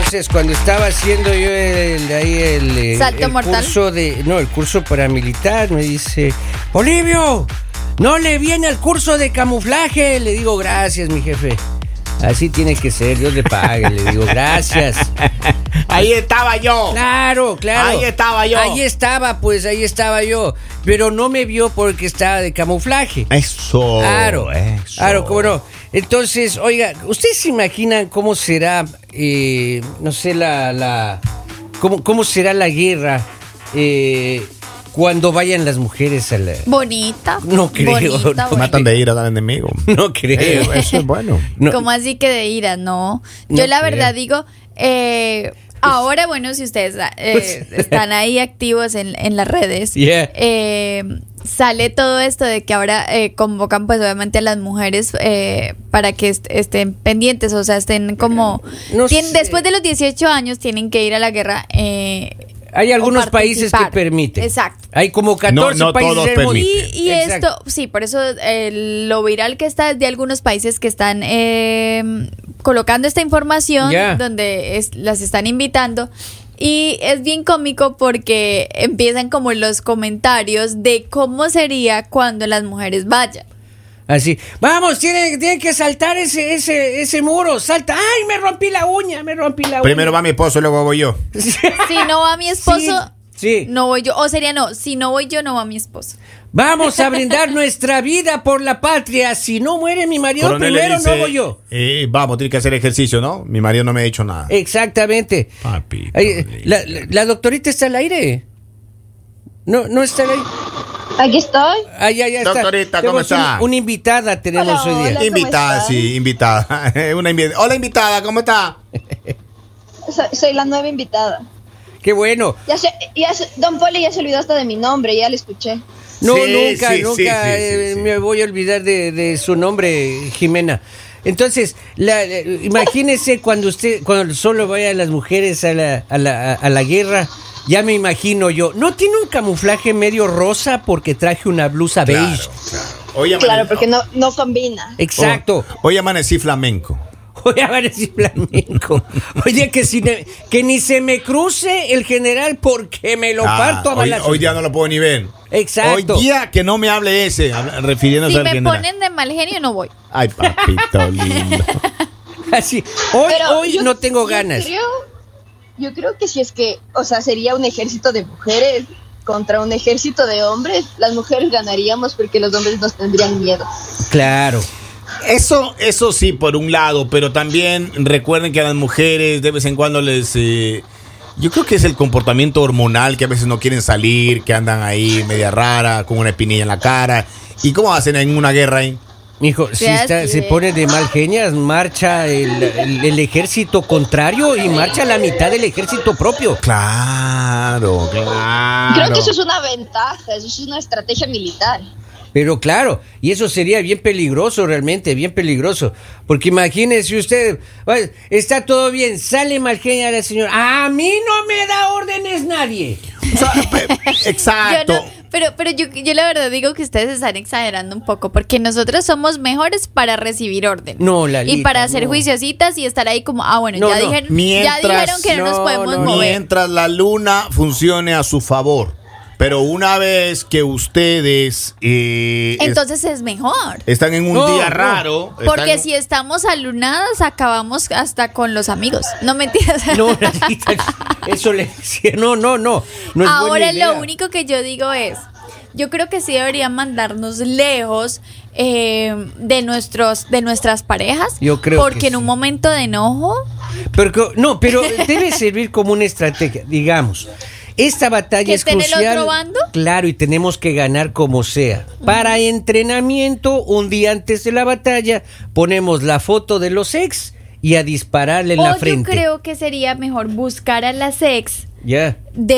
entonces cuando estaba haciendo yo ¿Salto el mortal? el curso paramilitar, me dice, Olivio, no le viene al curso de camuflaje. Le digo, gracias, mi jefe. Así tiene que ser, Dios le pague. Le digo, gracias. Ahí estaba yo. Claro. Ahí estaba yo. Ahí estaba yo. Pero no me vio porque estaba de camuflaje. Eso. Claro, cómo no. Entonces, oiga, ¿ustedes se imaginan cómo será, no sé, cómo será la guerra cuando vayan las mujeres a la... Bonita. No creo. Bonita, No. Matan de ira al enemigo. No creo. Eso es bueno. No. ¿Cómo así que de ira? No. No Yo la creo. verdad digo, ahora, bueno, si ustedes están ahí activos en las redes, Yeah. sale todo esto de que ahora convocan pues obviamente a las mujeres para que estén pendientes, o sea, estén como... No sé. Después de los 18 años tienen que ir a la guerra. Hay algunos o países que participar. permiten. Exacto. Hay como 14 No países todos del mundo. permiten. Y Exacto. esto, sí, por eso lo viral que está es de algunos países que están colocando esta información, Ya. donde las están invitando. Y es bien cómico porque empiezan como los comentarios de cómo sería cuando las mujeres vayan. Así, vamos, tienen que saltar ese muro, salta. ¡Ay, me rompí la uña! Primero va mi esposo, luego voy yo. Si no va mi esposo, Sí. no voy yo. O sería no, si no voy yo, no va mi esposo. Vamos a brindar nuestra vida por la patria. Si no muere mi marido Coronel le primero, dice, no voy yo. Vamos, tiene que hacer ejercicio, ¿no? Mi marido no me ha dicho nada. Exactamente. Papi. Ay, la doctorita está al aire. No está al aire. Aquí estoy. Ya está. Doctorita, ¿cómo Tenemos está? Una invitada tenemos Hola, hoy día. hola. Invitada, están? sí, invitada. Hola, invitada, ¿cómo está? Soy la nueva invitada. Qué bueno. Don Poli ya se olvidó hasta de mi nombre, ya le escuché. No, Sí, nunca sí, sí. me voy a olvidar de su nombre, Jimena. Entonces, imagínese cuando solo vayan las mujeres a la guerra, ya me imagino yo. ¿No tiene un camuflaje medio rosa porque traje una blusa beige? Hoy Claro, porque no combina. Exacto. Hoy amanecí flamenco. Voy a ver si flamenco. Oye, que ni se me cruce el general porque me lo parto a balazos. Hoy día no lo puedo ni ver. Exacto. Hoy día que no me hable ese, refiriéndose Si al me general. ponen de mal genio, no voy. Ay, papito lindo. Así. Hoy yo- no tengo yo ganas. Yo creo que si es que, o sea, sería un ejército de mujeres contra un ejército de hombres, las mujeres ganaríamos porque los hombres nos tendrían miedo. Claro. Eso sí, por un lado, pero también recuerden que a las mujeres de vez en cuando yo creo que es el comportamiento hormonal, que a veces no quieren salir, que andan ahí media rara, con una espinilla en la cara. ¿Y cómo hacen en una guerra ahí? Mijo, si se pone de mal genias, marcha el ejército contrario y marcha la mitad del ejército propio. Claro. Creo que eso es una ventaja, eso es una estrategia militar. Pero claro, y eso sería bien peligroso, realmente, bien peligroso. Porque imagínese usted, está todo bien, sale mal genia la señora. A mí no me da órdenes nadie. O sea, exacto. Yo no, pero yo la verdad digo que ustedes están exagerando un poco, porque nosotros somos mejores para recibir orden. No, Lalita, y para hacer no. juiciositas y estar ahí como, bueno, No, ya no. dijeron, Mientras- ya dijeron que no nos podemos mover. Mientras la luna funcione a su favor. Pero una vez que ustedes Entonces es mejor. están en un No, día no. raro. Porque están- si estamos alunadas, acabamos hasta con los amigos. No mentiras. No, Lalita, eso le decía, no es buena Ahora idea. lo único que yo digo es, yo creo que sí deberían mandarnos lejos de nuestras parejas. Yo creo porque que en un sí. momento de enojo, Pero debe servir como una estrategia, digamos. Esta batalla ¿Que es esté en el crucial. otro bando? Claro, y tenemos que ganar como sea. Para entrenamiento, un día antes de la batalla, ponemos la foto de los ex y a dispararle en la o yo frente. creo que sería mejor buscar a las ex Ya.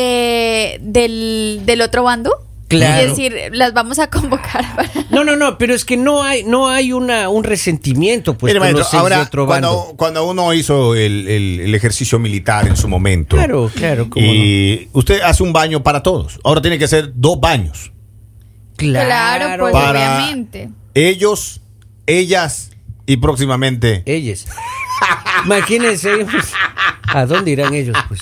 del otro bando. Claro. Es decir, las vamos a convocar para... No, pero es que no hay un resentimiento pues Mire, con maestro, los ex de ahora otro bando. cuando uno hizo el ejercicio militar en su momento. Claro, cómo Y usted hace un baño para todos. Ahora tiene que ser 2 baños. no. Claro, pues Para- obviamente. Ellos, ellas y próximamente. Ellas. Imagínense. ¿A dónde irán ellos? Pues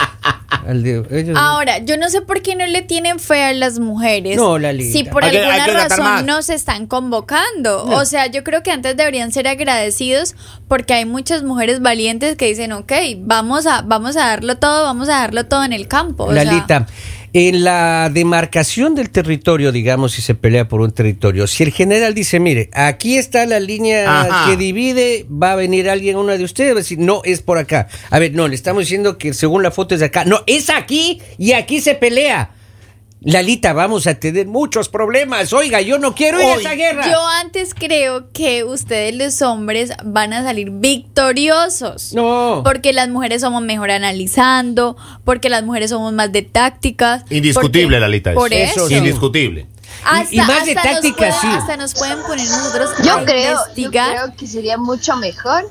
ellos. Ahora, yo no sé por qué no le tienen fe a las mujeres. No, Lalita. Si por Hay que alguna gastar más. razón no se están convocando. No. O sea, yo creo que antes deberían ser agradecidos porque hay muchas mujeres valientes que dicen, ok, vamos a darlo todo en el campo. O sea, Lalita, en la demarcación del territorio, digamos, si se pelea por un territorio, si el general dice, mire, aquí está la línea Ajá. que divide, va a venir alguien, una de ustedes, va a decir, no, es por acá. A ver, no, le estamos diciendo que según la foto es de acá. No, es aquí y aquí se pelea. Lalita, vamos a tener muchos problemas. Oiga, yo no quiero ir a esa guerra. yo antes creo que ustedes los hombres van a salir victoriosos. No. Porque las mujeres somos mejor analizando, porque las mujeres somos más de tácticas. Indiscutible, porque- Lalita. Por Eso eso. sí. Indiscutible. Y más de nos tácticas, pueden- sí. Hasta nos pueden poner nosotros Yo a creo investigar. que sería mucho mejor.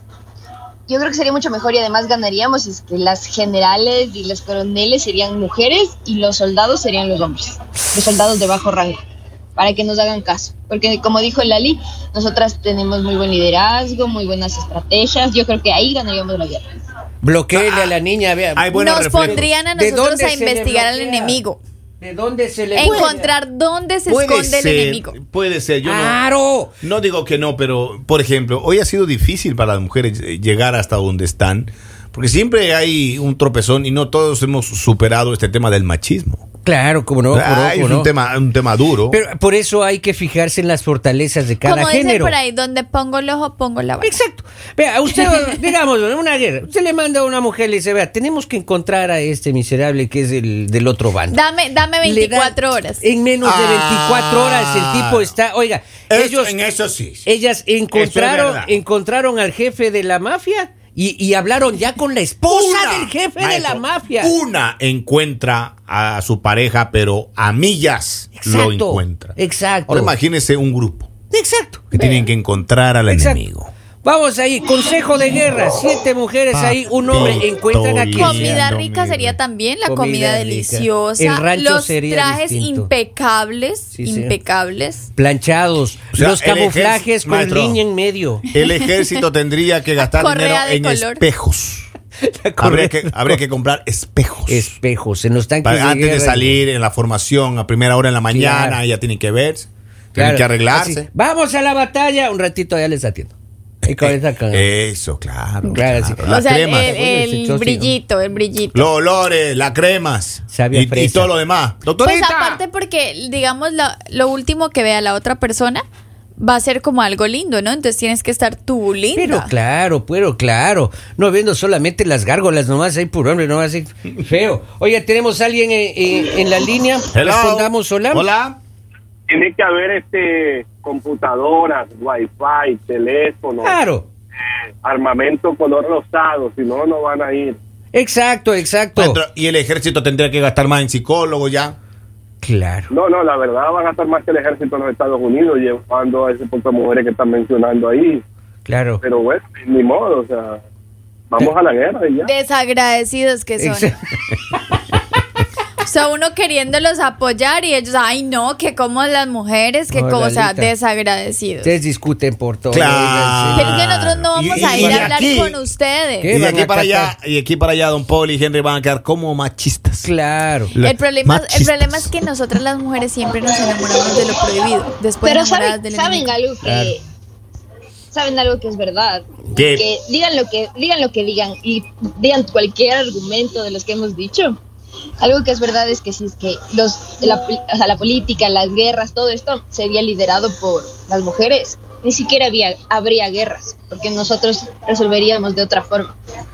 Yo creo que sería mucho mejor y además ganaríamos si es que las generales y los coroneles serían mujeres y los soldados serían los hombres, los soldados de bajo rango, para que nos hagan caso. Porque como dijo Lali, nosotras tenemos muy buen liderazgo, muy buenas estrategias. Yo creo que ahí ganaríamos la guerra. Bloquéele a la niña, vea. Hay buenos Nos reflejos. pondrían a ¿De nosotros dónde a se le investigar al bloquea? enemigo. ¿De dónde se le Encontrar dónde se esconde el enemigo. Puede ser, yo ¡Claro! no digo que no, pero por ejemplo, hoy ha sido difícil para las mujeres llegar hasta donde están, porque siempre hay un tropezón y no todos hemos superado este tema del machismo. Claro, como no, Es un tema duro. Pero por eso hay que fijarse en las fortalezas de cada Como dicen género. por ahí, donde pongo el ojo, pongo la bala. Exacto. Vea, usted, digamos, en una guerra, usted le manda a una mujer y le dice, vea, tenemos que encontrar a este miserable que es el del otro bando. Dame Le dan- 24 horas. En menos de 24 horas el tipo está, oiga, En eso sí. ellas Eso es verdad. encontraron al jefe de la mafia y hablaron ya con la esposa del jefe de Maestro, la mafia. Una encuentra a su pareja, pero a millas lo encuentra. Exacto. Ahora imagínese un grupo Exacto. que tienen que encontrar al Exacto. enemigo. Vamos ahí, consejo de guerra, 7 mujeres ahí, un hombre, encuentran a quien Comida Lindo, rica mi sería rey. también la Comida comida rica. deliciosa. El rancho los sería trajes distinto. impecables, Sí, sí. impecables. planchados, O sea, los el camuflajes con maestro. línea en medio. El ejército tendría que gastar Correa de dinero en color. espejos. Habría que comprar espejos. Espejos en los tanques Antes de guerra. salir en la formación a primera hora en la mañana, Claro. ya tienen que ver, Claro, tienen que arreglarse. así, vamos a la batalla, un ratito ya les atiendo. Y con esa cara. Eso, claro. Claro, sí. Las O sea, cremas, el brillito, el brillito. los olores, las cremas Sabe a y fresa. todo lo demás. Doctorita. Pues aparte porque, digamos, lo último que vea la otra persona va a ser como algo lindo, ¿no? Entonces tienes que estar tú linda. Pero claro. No viendo solamente las gárgolas nomás ahí, puro hombre, nomás ahí. Feo. Oye, tenemos a alguien en la línea. Hello. Respondamos, hola. Hola. Tiene que haber computadoras, wifi, teléfono, Claro. armamento color rosado, si no, no van a ir. Exacto. Maestro, y el ejército tendría que gastar más en psicólogos ya. Claro. No, la verdad van a gastar más que el ejército en los Estados Unidos llevando a ese poco de mujeres que están mencionando ahí. Claro. Pero bueno, ni modo, o sea, vamos a la guerra y ya. Desagradecidos que son. Exacto. O sea, uno queriéndolos apoyar y ellos, ay no, que como las mujeres, que No, como, o sea, Lalita. desagradecidos. Ustedes discuten por todo. Claro. Pero es que nosotros no vamos Y- a y ir de a hablar aquí- con ustedes. ¿Qué? Y de van aquí a para allá, tratar? y de aquí para allá, don Paul y Henry van a quedar como machistas. Claro. La- El problema machistas. es que nosotras las mujeres siempre nos enamoramos de lo prohibido. Después Pero enamoradas del saben enemigo. algo que Claro. saben algo que es verdad. ¿Qué? Que digan lo que digan y digan cualquier argumento de los que hemos dicho. Algo que es verdad es que si es que la política, las guerras, todo esto sería liderado por las mujeres, ni siquiera habría guerras, porque nosotros resolveríamos de otra forma.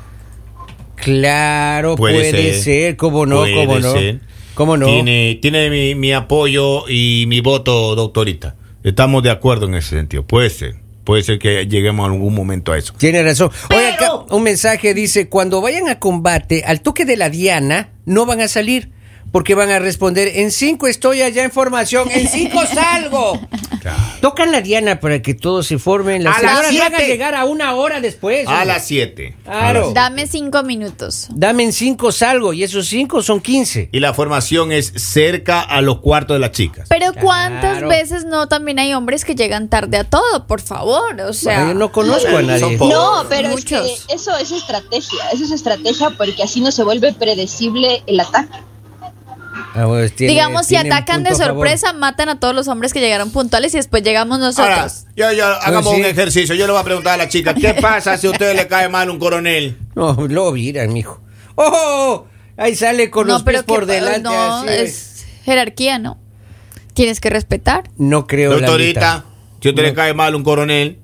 Claro, Puede puede ser. ser. ¿Cómo no? Puede ¿Cómo no? ser. ¿Cómo no? Tiene mi apoyo y mi voto, doctorita. Estamos de acuerdo en ese sentido. Puede ser que lleguemos a algún momento a eso. Tiene razón. Oye, acá un mensaje dice, cuando vayan a combate, al toque de la diana, no van a salir, porque van a responder, en 5 estoy allá en formación, en 5 salgo. Claro. tocan la diana para que todos se formen. Las A las señoras 7. van a llegar a 1 hora después. A hombre. las 7. Claro. Dame 5 minutos. Dame en 5 salgo y esos 5 son 15. Y la formación es cerca a los cuartos de las chicas. Pero ¿cuántas Claro. veces no también hay hombres que llegan tarde a todo? Por favor, o sea. Bueno, yo no conozco a nadie. Son pocos. No, pero Muchos. es que eso es estrategia. Eso es estrategia porque así no se vuelve predecible el ataque. Ah, bueno, Digamos, si tiene un atacan de punto a favor. sorpresa, matan a todos los hombres que llegaron puntuales y después llegamos Ahora, nosotros. hagamos sí. un ejercicio. Yo le voy a preguntar a la chica, ¿qué pasa si a usted le cae mal un coronel? No, lo miran, mijo. ¡Oh! Ahí sale con los pies por delante. no, así. es jerarquía, ¿no? Tienes que respetar. No creo, Doctorita, Lalita. si a usted No. le cae mal un coronel.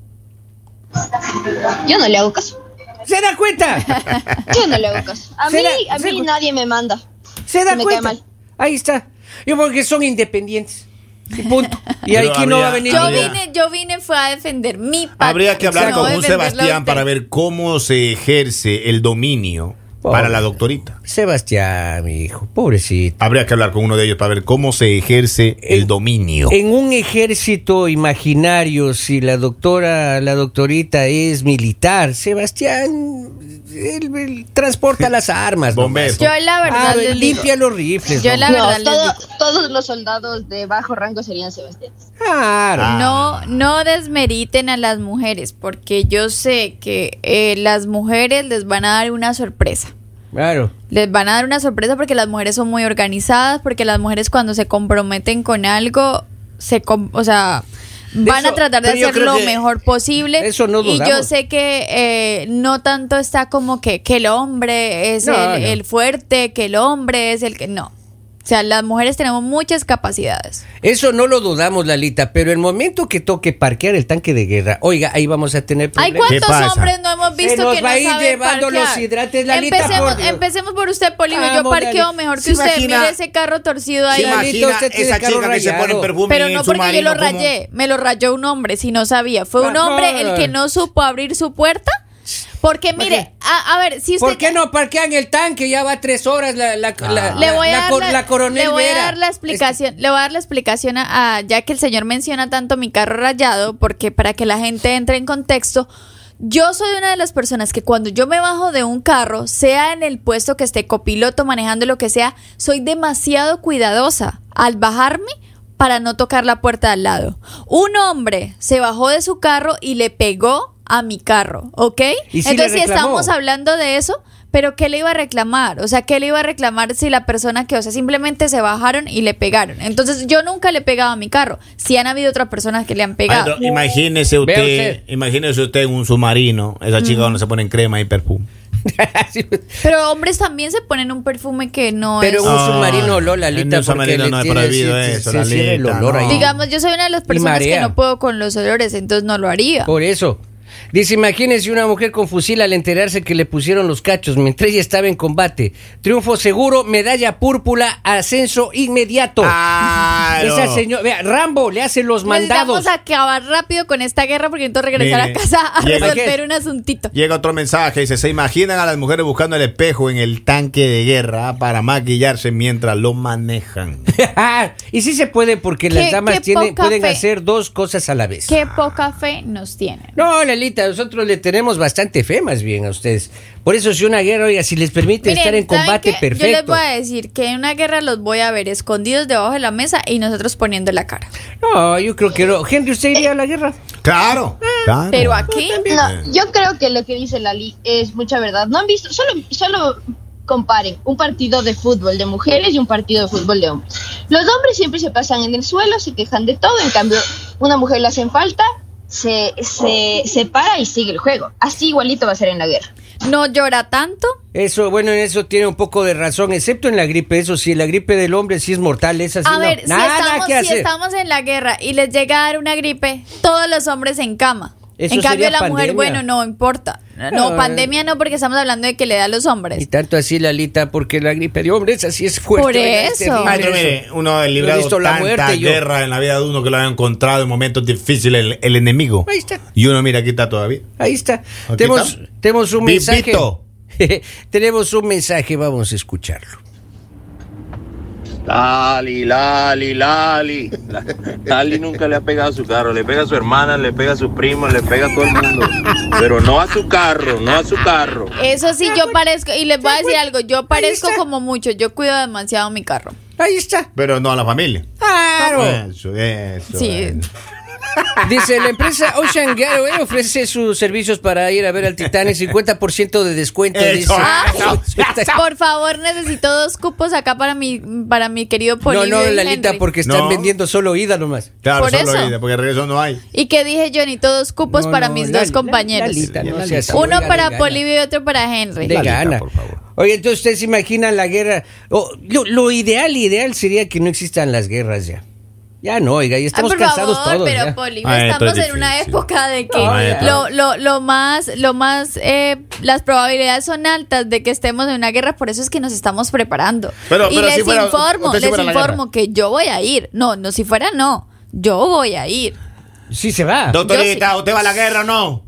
Yo no le hago caso. ¿Se da cuenta? Yo no le hago caso. A ¿Será- mí será- nadie me manda. ¿Se da Me cuenta? cae mal. Ahí está. Yo porque son independientes. Y punto. Y Pero aquí no va a venir. Yo vine fue a defender mi patria. Habría que hablar no con un defenderla a Sebastián usted. para ver cómo se ejerce el dominio para la doctorita. Sebastián, mi hijo, pobrecito. Habría que hablar con uno de ellos para ver cómo se ejerce el dominio. En un ejército imaginario, si la doctorita es militar, Sebastián, él transporta las armas. Bombero. nomás. Yo la verdad les digo, limpia los rifles. Yo la nomás. verdad les digo. Todos los soldados de bajo rango serían Sebastián. Claro. No desmeriten a las mujeres, porque yo sé que las mujeres les van a dar una sorpresa. Claro. Les van a dar una sorpresa porque las mujeres son muy organizadas, porque las mujeres cuando se comprometen con algo, van Eso, a tratar de pero yo hacer creo lo que mejor posible. eso no y yo dudamos. sé que no tanto está como que el hombre es No, el fuerte, que el hombre es el que... No. O sea, las mujeres tenemos muchas capacidades. Eso no lo dudamos, Lalita, pero el momento que toque parquear el tanque de guerra, oiga, ahí vamos a tener Hay problemas. ¿Qué cuántos pasa? hombres no hemos visto Se nos que va no a ir saben llevando parquear? los hidrates, Lalita, por Dios. Empecemos por usted, Polivio. Yo Vamos, parqueo Lali. mejor ¿Se que usted. imagina- Mire ese carro torcido ahí. ¿Se Lalita, imagina usted tiene esa carro chica que se rayado. pone perfume Pero en no su porque yo marino? lo rayé, me lo rayó un hombre, si no sabía. Fue un Ah, hombre no. el que no supo abrir su puerta. Porque mire, a ver, si usted... ¿Por qué no parquean el tanque? Ya va 3 horas Le voy a dar la coronel le voy a Vera. dar la explicación, le voy a dar la explicación ya que el señor menciona tanto mi carro rayado, porque para que la gente entre en contexto, yo soy una de las personas que cuando yo me bajo de un carro, sea en el puesto que esté copiloto, manejando lo que sea, soy demasiado cuidadosa al bajarme para no tocar la puerta de al lado. Un hombre se bajó de su carro y le pegó a mi carro, ¿ok? ¿Y si Entonces, le si reclamó? estamos hablando de eso, pero ¿qué le iba a reclamar? O sea, ¿qué le iba a reclamar si la persona que, o sea, simplemente se bajaron y le pegaron? Entonces, yo nunca le he pegado a mi carro. Sí han habido otras personas que le han pegado. Pero imagínese Vea usted en un submarino, esa chica donde se ponen crema y perfume. Pero hombres también se ponen un perfume que no Pero es... en un submarino, Lola, en Lalita, un porque submarino le no es tiene- prohibido se eso, cierra el Lalita, olor no. ahí. Digamos, yo soy una de las personas que marea. no puedo con los olores, entonces no lo haría. Por eso. Dice, imagínense una mujer con fusil al enterarse que le pusieron los cachos mientras ella estaba en combate. Triunfo seguro, medalla púrpura, ascenso inmediato. Claro. Esa señora, vea, Rambo le hace los mandados. Necesitamos acabar rápido con esta guerra porque necesito regresar Mire, a casa a llega- resolver un asuntito. Llega otro mensaje, dice, ¿se imaginan a las mujeres buscando el espejo en el tanque de guerra para maquillarse mientras lo manejan? Y sí se puede porque las Qué damas poca pueden fe. hacer 2 cosas a la vez. Qué poca fe nos tienen. No, Lalita, nosotros le tenemos bastante fe más bien a ustedes. Por eso si una guerra, oiga, si les permite Miren, estar en ¿saben combate, qué? Yo les perfecto. voy a decir que en una guerra los voy a ver escondidos debajo de la mesa y nosotros poniendo la cara. No, yo creo que no. Henry, ¿usted iría a la guerra? Claro, claro. Pero aquí, No, yo creo que lo que dice Lali es mucha verdad. No han visto, solo comparen un partido de fútbol de mujeres y un partido de fútbol de hombres. Los hombres siempre se pasan en el suelo, se quejan de todo, en cambio, una mujer le hacen falta, se para y sigue el juego. Así igualito va a ser en la guerra. no llora tanto. Eso, bueno, en eso tiene un poco de razón, excepto en la gripe. Eso sí, la gripe del hombre sí es mortal. Esa sí A no. ver, Nada que si hacer. estamos en la guerra y les llega a dar una gripe, todos los hombres en cama. Eso En cambio, sería la mujer, pandemia. bueno, no importa. No, pandemia no, porque estamos hablando de que le da a los Y hombres. tanto así, Lalita, porque la gripe de hombres así es fuerte. Por oiga, es eso. terrible Maestro, eso. mire, uno ha Yo he librado visto la tanta muerte, yo. guerra en la vida de uno que lo ha encontrado en momentos difíciles el enemigo. Ahí está. Y uno, mira, aquí está todavía. Ahí está. Aquí Tenemos un mensaje. Vivito. Tenemos un mensaje, vamos a escucharlo. Lali. Lali nunca le ha pegado a su carro, le pega a su hermana, le pega a su primo, le pega a todo el mundo. Pero no a su carro. Eso sí, yo parezco, y les voy a decir algo, yo parezco como mucho, yo cuido demasiado mi carro. Ahí está. Pero no a la familia. Claro. Eso. Sí. Dice, la empresa Ocean Getaway ofrece sus servicios para ir a ver al Titanic, 50% de descuento. Eso. Dice. Por favor, necesito 2 cupos acá para mi querido Polibio. No, y Lalita, Henry. porque están No. vendiendo solo ida nomás. Claro, Por solo eso. ida, porque regreso no hay. ¿Y qué dije yo? Necesito 2 cupos para mis dos compañeros. Lalita, no seas así, Uno oiga, para de gana. Polibio y otro para Henry. De Lalita, gana. por favor. Oye, entonces ustedes se imaginan la guerra. Lo ideal sería que no existan las guerras ya. Ya no, oiga, ya estamos por cansados favor, todos. pero ya. Polibio, Ah, esto estamos es en una difícil. época de que No, ya. lo más, las probabilidades son altas de que estemos en una guerra, por eso es que nos estamos preparando. Pero y les si fuera- informo, usted si fuera a la guerra. que yo voy a ir. No, si fuera no, yo voy a ir. Sí se va. Doctorita, ¿usted va a la guerra o no?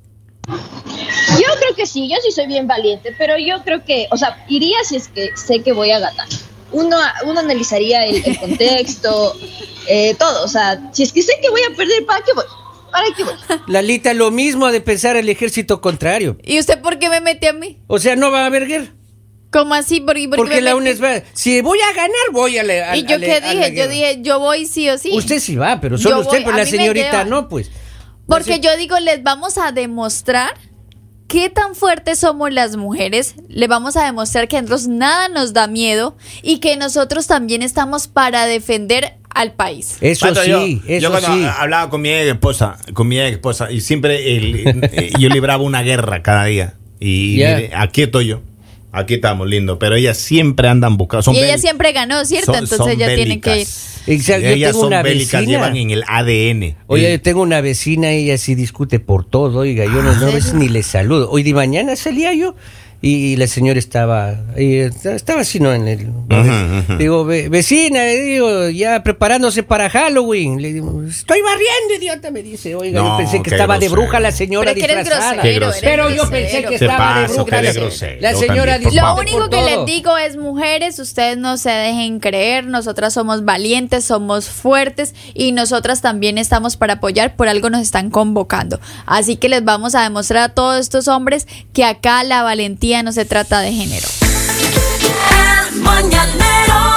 Yo creo que sí, yo sí soy bien valiente, pero yo creo que, o sea, iría si es que sé que voy a ganar. Uno analizaría el contexto, todo, o sea, si es que sé que voy a perder, ¿para qué voy? ¿Para qué voy? Lalita, lo mismo de pensar el ejército contrario. ¿Y usted por qué me mete a mí? O sea, no va a haber guerra. ¿Cómo así? ¿Por qué Porque me la mete? UNES va. Si voy a ganar, voy a la. ¿Y yo qué a la dije? Yo guerra. dije, yo voy sí o sí. Usted sí va, pero solo Yo usted, voy, pero a la mí me señorita llevan. no, pues. Porque yo digo, les vamos a demostrar qué tan fuertes somos las mujeres. Le vamos a demostrar que a nosotros nada nos da miedo y que nosotros también estamos para defender al país. Eso Pato, sí, yo eso cuando sí. hablaba con mi ex esposa, y siempre yo libraba una guerra cada día. Y Ya. mire, aquí estoy yo. Aquí estamos, lindo. Pero ellas siempre andan buscando. Y ella siempre ganó, ¿cierto? Entonces ella tiene que ir. Exacto, yo Ellas tengo son una bélicas, vecina. llevan en el ADN. Oye, yo tengo una vecina, ella sí discute por todo, oiga, yo no a veces ni le saludo. Hoy de mañana salía yo y la señora estaba así, ¿no? En el, Ujú. digo, vecina, le digo, ya preparándose para Halloween. Le digo, estoy barriendo, idiota, me dice. Oiga, No, yo pensé que qué estaba de grosero. bruja la señora Pero que eres disfrazada. grosero, eres Pero yo grosero. pensé que Se estaba de pasa, bruja. que eres la- grosero. La Yo señora también, por disfrazada Lo favor. único por que todo. les digo es, mujeres, ustedes no se dejen creer, nosotras somos valientes, somos fuertes y nosotras también estamos para apoyar, por algo nos están convocando. Así que les vamos a demostrar a todos estos hombres que acá la valentía no se trata de género. El mañanero